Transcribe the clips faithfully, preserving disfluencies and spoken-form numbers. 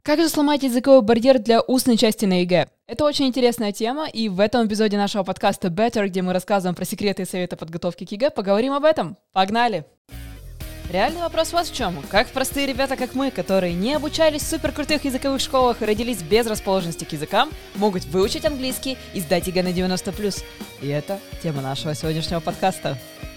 Как же сломать языковой барьер для устной части на ЕГЭ? Это очень интересная тема, и в этом эпизоде нашего подкаста Better, где мы рассказываем про секреты и советы подготовки к ЕГЭ, поговорим об этом. Погнали! Реальный вопрос вот в чем. Как простые ребята, как мы, которые не обучались в суперкрутых языковых школах и родились без расположенности к языкам, могут выучить английский и сдать ЕГЭ на девяносто плюс? И это тема нашего сегодняшнего подкаста.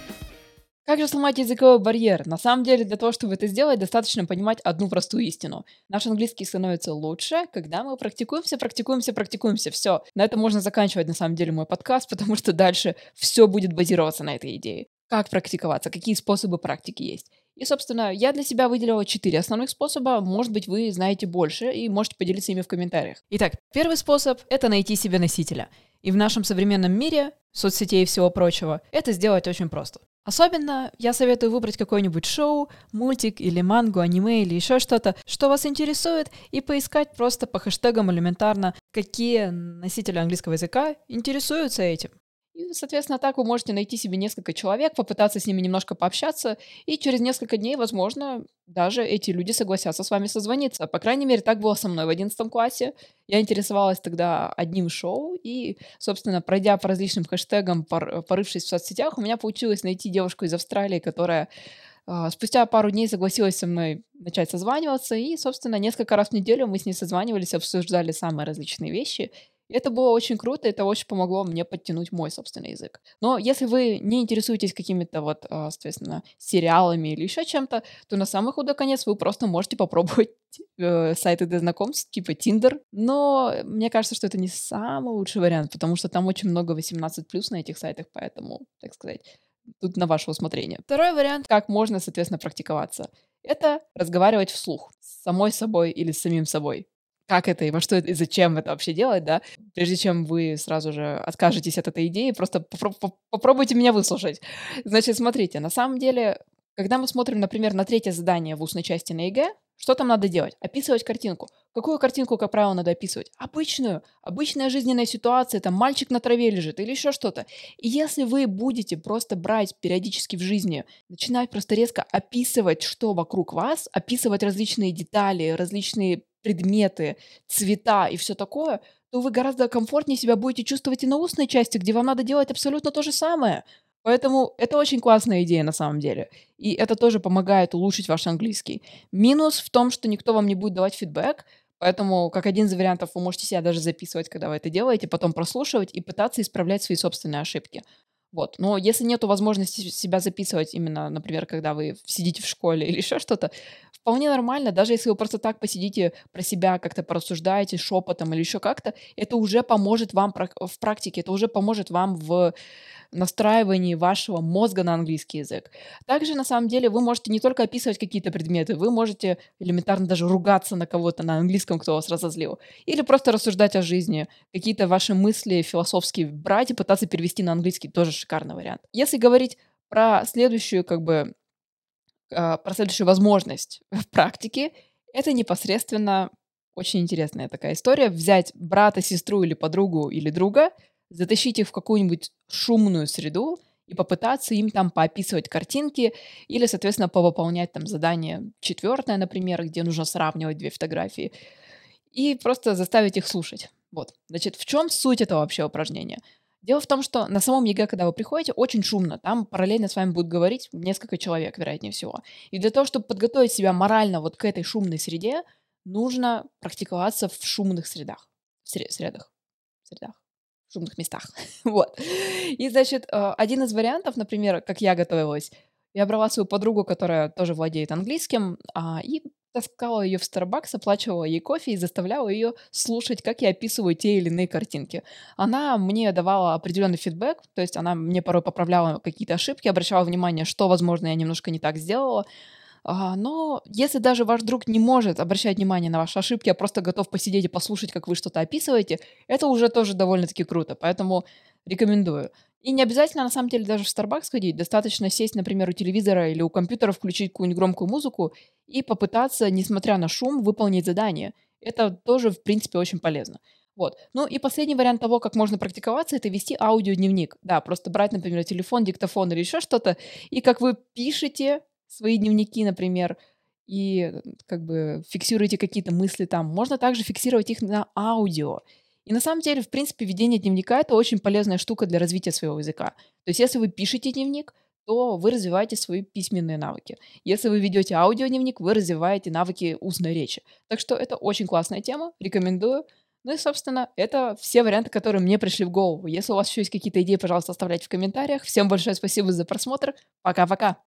Как же сломать языковой барьер? На самом деле, для того, чтобы это сделать, достаточно понимать одну простую истину. Наш английский становится лучше, когда мы практикуемся, практикуемся, практикуемся. Все. На этом можно заканчивать, на самом деле, мой подкаст, потому что дальше все будет базироваться на этой идее. Как практиковаться? Какие способы практики есть? И, собственно, я для себя выделила четыре основных способа. Может быть, вы знаете больше и можете поделиться ими в комментариях. Итак, первый способ — это найти себе носителя. И в нашем современном мире, соцсетей и всего прочего, это сделать очень просто. Особенно я советую выбрать какое-нибудь шоу, мультик или мангу, аниме или еще что-то, что вас интересует, и поискать просто по хэштегам элементарно, какие носители английского языка интересуются этим. И, соответственно, так вы можете найти себе несколько человек, попытаться с ними немножко пообщаться, и через несколько дней, возможно, даже эти люди согласятся с вами созвониться. По крайней мере, так было со мной в одиннадцатом классе. Я интересовалась тогда одним шоу, и, собственно, пройдя по различным хэштегам, пор- порывшись в соцсетях, у меня получилось найти девушку из Австралии, которая а, спустя пару дней согласилась со мной начать созваниваться, и, собственно, несколько раз в неделю мы с ней созванивались, обсуждали самые различные вещи. И это было очень круто, это очень помогло мне подтянуть мой собственный язык. Но если вы не интересуетесь какими-то вот, а, соответственно, сериалами или еще чем-то, то на самый худой конец вы просто можете попробовать э, сайты для знакомств, типа Tinder. Но мне кажется, что это не самый лучший вариант, потому что там очень много восемнадцать плюс на этих сайтах, поэтому, так сказать, тут на ваше усмотрение. Второй вариант, как можно, соответственно, практиковаться, это разговаривать вслух с самой собой или с самим собой. Как это и во что это, и зачем это вообще делать, да? Прежде чем вы сразу же откажетесь от этой идеи, просто попро- поп- попробуйте меня выслушать. Значит, смотрите, на самом деле, когда мы смотрим, например, на третье задание в устной части на ЕГЭ, что там надо делать? Описывать картинку. Какую картинку, как правило, надо описывать? Обычную. Обычная жизненная ситуация, там мальчик на траве лежит или еще что-то. И если вы будете просто брать периодически в жизни, начинать просто резко описывать, что вокруг вас, описывать различные детали, различные предметы, цвета и все такое, то вы гораздо комфортнее себя будете чувствовать и на устной части, где вам надо делать абсолютно то же самое. Поэтому это очень классная идея на самом деле. И это тоже помогает улучшить ваш английский. Минус в том, что никто вам не будет давать фидбэк, поэтому как один из вариантов вы можете себя даже записывать, когда вы это делаете, потом прослушивать и пытаться исправлять свои собственные ошибки. Вот. Но если нету возможности себя записывать именно, например, когда вы сидите в школе или еще что-то, вполне нормально, даже если вы просто так посидите про себя, как-то порассуждаете шепотом или еще как-то, это уже поможет вам прак- в практике, это уже поможет вам в настраивании вашего мозга на английский язык. Также, на самом деле, вы можете не только описывать какие-то предметы, вы можете элементарно даже ругаться на кого-то на английском, кто вас разозлил. Или просто рассуждать о жизни. Какие-то ваши мысли философские брать и пытаться перевести на английский. Тоже шикарный вариант. Если говорить про следующую, как бы, а, про следующую возможность в практике, это непосредственно очень интересная такая история. Взять брата, сестру или подругу или друга, затащить их в какую-нибудь шумную среду и попытаться им там поописывать картинки или, соответственно, повыполнять там задание четвертое, например, где нужно сравнивать две фотографии, и просто заставить их слушать. Вот. Значит, в чем суть этого вообще упражнения? Дело в том, что на самом ЕГЭ, когда вы приходите, очень шумно. Там параллельно с вами будет говорить несколько человек, вероятнее всего. И для того, чтобы подготовить себя морально вот к этой шумной среде, нужно практиковаться в шумных средах. В сре- средах. Средах. В шумных местах. Вот. И, значит, э, один из вариантов, например, как я готовилась, я брала свою подругу, которая тоже владеет английским, а, и таскала ее в Starbucks, оплачивала ей кофе и заставляла ее слушать, как я описываю те или иные картинки. Она мне давала определенный фидбэк, то есть она мне порой поправляла какие-то ошибки, обращала внимание, что, возможно, я немножко не так сделала. А, но если даже ваш друг не может обращать внимание на ваши ошибки, а просто готов посидеть и послушать, как вы что-то описываете, это уже тоже довольно-таки круто, поэтому рекомендую. И не обязательно, на самом деле, даже в Starbucks ходить. Достаточно сесть, например, у телевизора или у компьютера, включить какую-нибудь громкую музыку и попытаться, несмотря на шум, выполнить задание. Это тоже, в принципе, очень полезно. Вот. Ну и последний вариант того, как можно практиковаться, это вести аудиодневник. Да, просто брать, например, телефон, диктофон или еще что-то, и как вы пишете свои дневники, например, и э, как бы фиксируете какие-то мысли там. Можно также фиксировать их на аудио. И на самом деле, в принципе, ведение дневника — это очень полезная штука для развития своего языка. То есть если вы пишете дневник, то вы развиваете свои письменные навыки. Если вы ведете аудиодневник, вы развиваете навыки устной речи. Так что это очень классная тема, рекомендую. Ну и, собственно, это все варианты, которые мне пришли в голову. Если у вас еще есть какие-то идеи, пожалуйста, оставляйте в комментариях. Всем большое спасибо за просмотр. Пока-пока.